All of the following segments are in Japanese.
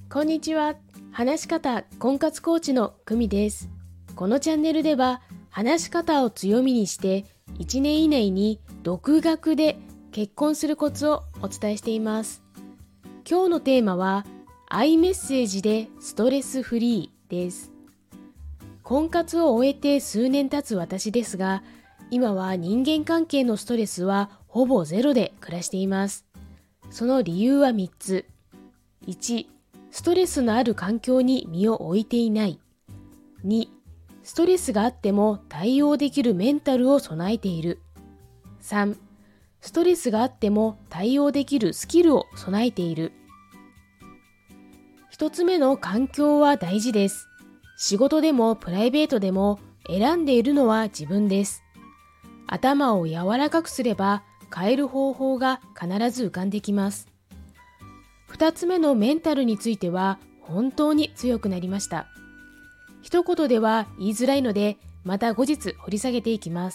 こんにちは。話し方婚活コーチの久美です。このチャンネルでは話し方を強みにして1年以内に独学で結婚するコツをお伝えしています。今日のテーマはiMessageでストレスフリーです。婚活を終えて数年経つ私ですが、今は人間関係のストレスはほぼゼロで暮らしています。その理由は3つ。1、ストレスのある環境に身を置いていない。2、ストレスがあっても対応できるメンタルを備えている。3、ストレスがあっても対応できるスキルを備えている。1つ目の環境は大事です。仕事でもプライベートでも選んでいるのは自分です。頭を柔らかくすれば変える方法が必ず浮かんできます。2つ目のメンタルについては本当に強くなりました。一言では言いづらいので、また後日掘り下げていきます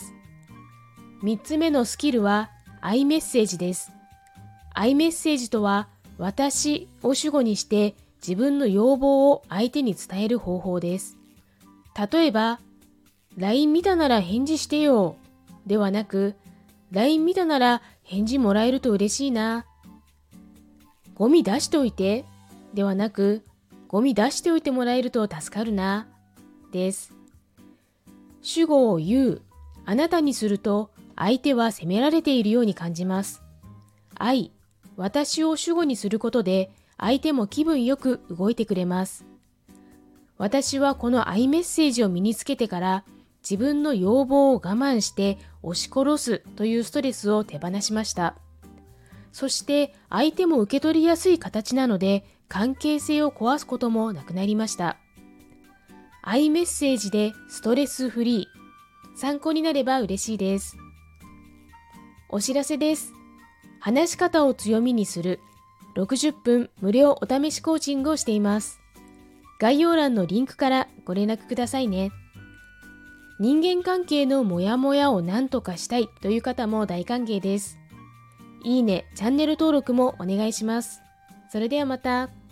。3つ目のスキルはiMessageです。iMessageとは私を主語にして自分の要望を相手に伝える方法です。例えば、LINE 見たなら返事してよではなく、LINE 見たなら返事もらえると嬉しいな。ゴミ出しておいてではなく、ゴミ出しておいてもらえると助かるなです。主語を言う、あなたにすると相手は責められているように感じます。私を主語にすることで相手も気分よく動いてくれます。私はこのiMessageを身につけてから自分の要望を我慢して押し殺すというストレスを手放しました。そして相手も受け取りやすい形なので関係性を壊すこともなくなりました。iMessage でストレスフリー。参考になれば嬉しいです。お知らせです。話し方を強みにする60分無料お試しコーチングをしています。概要欄のリンクからご連絡くださいね。人間関係のモヤモヤを何とかしたいという方も大歓迎です。いいね、チャンネル登録もお願いします。それではまた。